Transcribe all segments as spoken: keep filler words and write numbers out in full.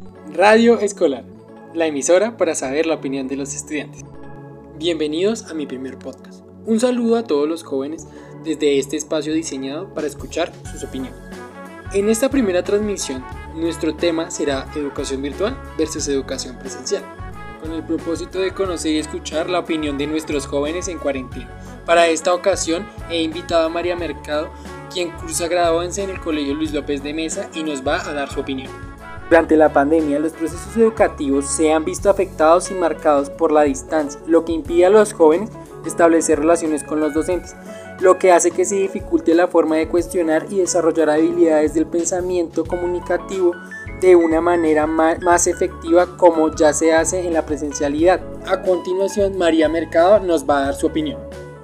Radio Escolar, la emisora para saber la opinión de los estudiantes. Bienvenidos a mi primer podcast. Un saludo a todos los jóvenes desde este espacio diseñado para escuchar sus opiniones. En esta primera transmisión, nuestro tema será educación virtual versus educación presencial, con el propósito de conocer y escuchar la opinión de nuestros jóvenes en cuarentena. Para esta ocasión he invitado a María Mercado, quien cursa graduación en el Colegio Luis López de Mesa y nos va a dar su opinión. Durante la pandemia, los procesos educativos se han visto afectados y marcados por la distancia, lo que impide a los jóvenes establecer relaciones con los docentes, lo que hace que se dificulte la forma de cuestionar y desarrollar habilidades del pensamiento comunicativo de una manera más efectiva como ya se hace en la presencialidad. A continuación, María Mercado nos va a dar su opinión.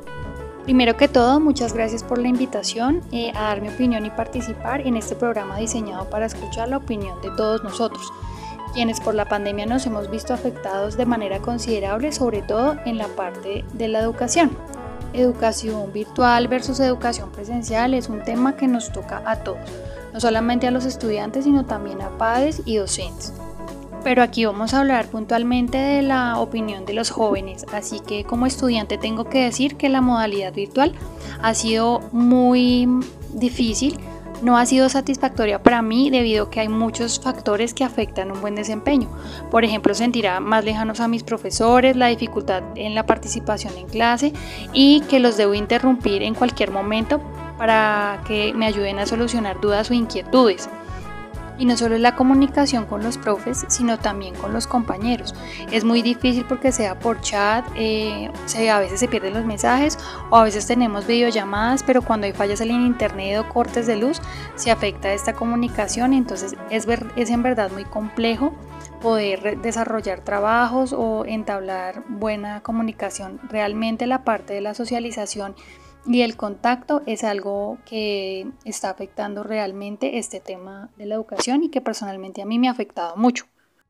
Primero que todo, muchas gracias por la invitación eh, a dar mi opinión y participar en este programa diseñado para escuchar la opinión de todos nosotros, quienes por la pandemia nos hemos visto afectados de manera considerable, sobre todo en la parte de la educación. Educación virtual versus educación presencial es un tema que nos toca a todos, no solamente a los estudiantes, sino también a padres y docentes. Pero aquí vamos a hablar puntualmente de la opinión de los jóvenes, así que como estudiante tengo que decir que la modalidad virtual ha sido muy difícil, no ha sido satisfactoria para mí debido a que hay muchos factores que afectan un buen desempeño. Por ejemplo, sentir más lejanos a mis profesores, la dificultad en la participación en clase y que los debo interrumpir en cualquier momento para que me ayuden a solucionar dudas o inquietudes. Y no solo es la comunicación con los profes, sino también con los compañeros. Es muy difícil porque sea por chat, eh, se, a veces se pierden los mensajes o a veces tenemos videollamadas, pero cuando hay fallas en internet o cortes de luz, se afecta esta comunicación. Entonces es, ver, es en verdad muy complejo poder desarrollar trabajos o entablar buena comunicación. Realmente la parte de la socialización y el contacto es algo que está afectando realmente este tema de la educación y que personalmente a mí me ha afectado mucho.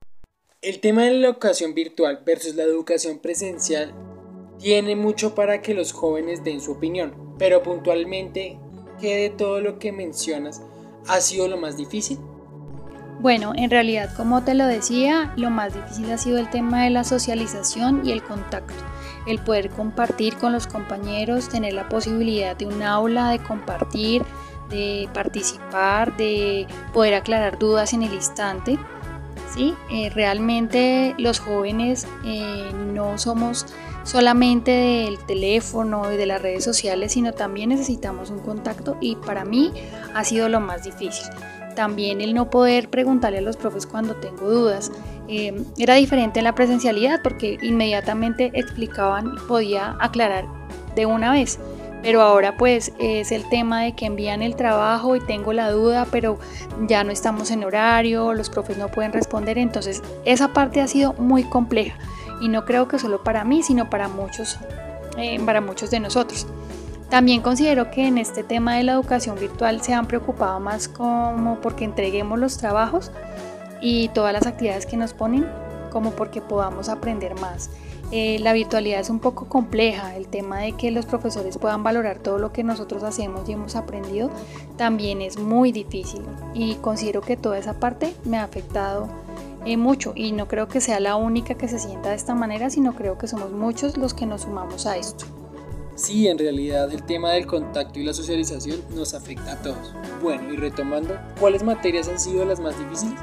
El tema de la educación virtual versus la educación presencial tiene mucho para que los jóvenes den su opinión, pero puntualmente, ¿qué de todo lo que mencionas ha sido lo más difícil? Bueno, en realidad, como te lo decía, lo más difícil ha sido el tema de la socialización y el contacto. El poder compartir con los compañeros, tener la posibilidad de un aula, de compartir, de participar, de poder aclarar dudas en el instante. ¿Sí? Eh, realmente los jóvenes eh, no somos solamente del teléfono y de las redes sociales, sino también necesitamos un contacto y para mí ha sido lo más difícil. También el no poder preguntarle a los profes cuando tengo dudas. Eh, era diferente en la presencialidad porque inmediatamente explicaban, podía aclarar de una vez. Pero ahora pues es el tema de que envían el trabajo y tengo la duda, pero ya no estamos en horario, los profes no pueden responder. Entonces esa parte ha sido muy compleja y no creo que solo para mí, sino para muchos, eh, para muchos de nosotros. También considero que en este tema de la educación virtual se han preocupado más como porque entreguemos los trabajos y todas las actividades que nos ponen, como porque podamos aprender más. Eh, la virtualidad es un poco compleja, el tema de que los profesores puedan valorar todo lo que nosotros hacemos y hemos aprendido también es muy difícil y considero que toda esa parte me ha afectado eh, mucho y no creo que sea la única que se sienta de esta manera, sino creo que somos muchos los que nos sumamos a esto. Sí, en realidad el tema del contacto y la socialización nos afecta a todos. Bueno, y retomando, ¿cuáles materias han sido las más difíciles?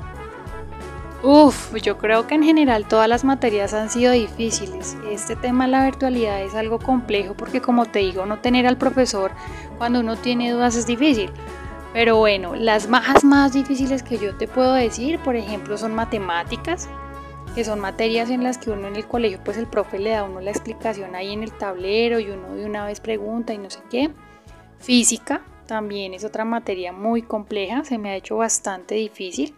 Uf, yo creo que en general todas las materias han sido difíciles. Este tema de la virtualidad es algo complejo porque, como te digo, no tener al profesor cuando uno tiene dudas es difícil. Pero bueno, las más más difíciles que yo te puedo decir, por ejemplo, son matemáticas, que son materias en las que uno en el colegio, pues el profe le da a uno la explicación ahí en el tablero y uno de una vez pregunta y no sé qué. Física también es otra materia muy compleja, se me ha hecho bastante difícil.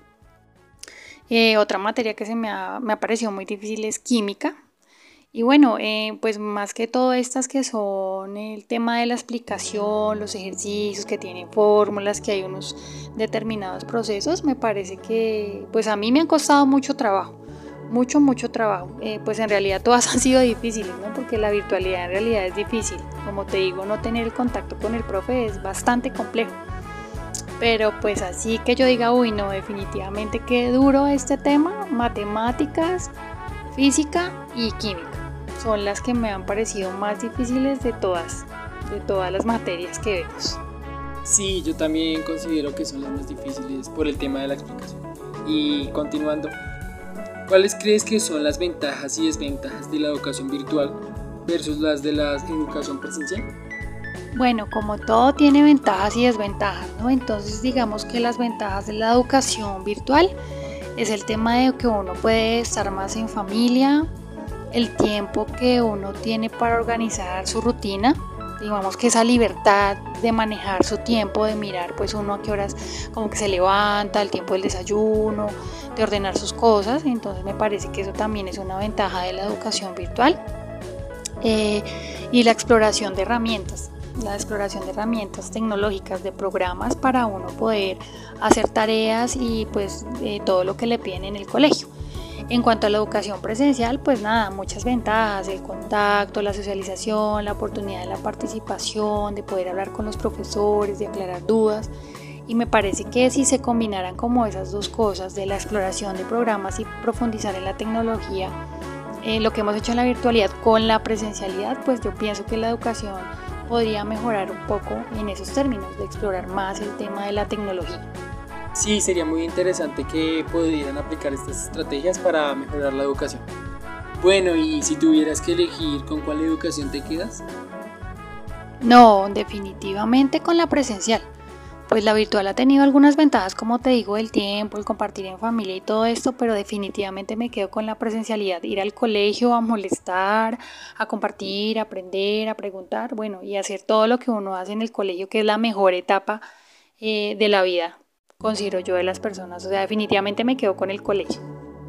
Eh, otra materia que se me ha, me ha parecido muy difícil es química. Y bueno, eh, pues más que todo estas que son el tema de la explicación, los ejercicios que tienen fórmulas, que hay unos determinados procesos, me parece que pues a mí me han costado mucho trabajo. Mucho, mucho trabajo. Eh, pues en realidad todas han sido difíciles, ¿no? Porque la virtualidad en realidad es difícil. Como te digo, no tener el contacto con el profe es bastante complejo. Pero pues así que yo diga, uy, no, definitivamente qué duro este tema, matemáticas, física y química. Son las que me han parecido más difíciles de todas, de todas las materias que vemos. Sí, yo también considero que son las más difíciles por el tema de la explicación. Y continuando, ¿cuáles crees que son las ventajas y desventajas de la educación virtual versus las de la educación presencial? Bueno, como todo tiene ventajas y desventajas, ¿no? Entonces digamos que las ventajas de la educación virtual es el tema de que uno puede estar más en familia, el tiempo que uno tiene para organizar su rutina, digamos que esa libertad de manejar su tiempo, de mirar pues uno a qué horas como que se levanta, el tiempo del desayuno, de ordenar sus cosas, entonces me parece que eso también es una ventaja de la educación virtual. Eh, y la exploración de herramientas, la exploración de herramientas tecnológicas, de programas para uno poder hacer tareas y pues eh, todo lo que le piden en el colegio. En cuanto a la educación presencial, pues nada, muchas ventajas, el contacto, la socialización, la oportunidad de la participación, de poder hablar con los profesores, de aclarar dudas. Y me parece que si se combinaran como esas dos cosas de la exploración de programas y profundizar en la tecnología, eh, lo que hemos hecho en la virtualidad con la presencialidad, pues yo pienso que la educación podría mejorar un poco en esos términos, de explorar más el tema de la tecnología. Sí, sería muy interesante que pudieran aplicar estas estrategias para mejorar la educación. Bueno, y si tuvieras que elegir con cuál educación te quedas. No, definitivamente con la presencial. Pues la virtual ha tenido algunas ventajas, como te digo, el tiempo, el compartir en familia y todo esto, pero definitivamente me quedo con la presencialidad, ir al colegio a molestar, a compartir, a aprender, a preguntar, bueno, y hacer todo lo que uno hace en el colegio, que es la mejor etapa eh, de la vida, considero yo, de las personas. O sea, definitivamente me quedo con el colegio.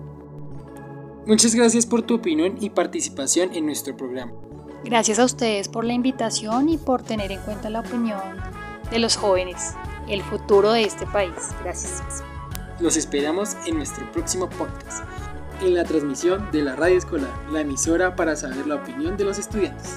Muchas gracias por tu opinión y participación en nuestro programa. Gracias a ustedes por la invitación y por tener en cuenta la opinión de los jóvenes, el futuro de este país. Gracias. Los esperamos en nuestro próximo podcast, en la transmisión de la Radio Escolar, la emisora para saber la opinión de los estudiantes.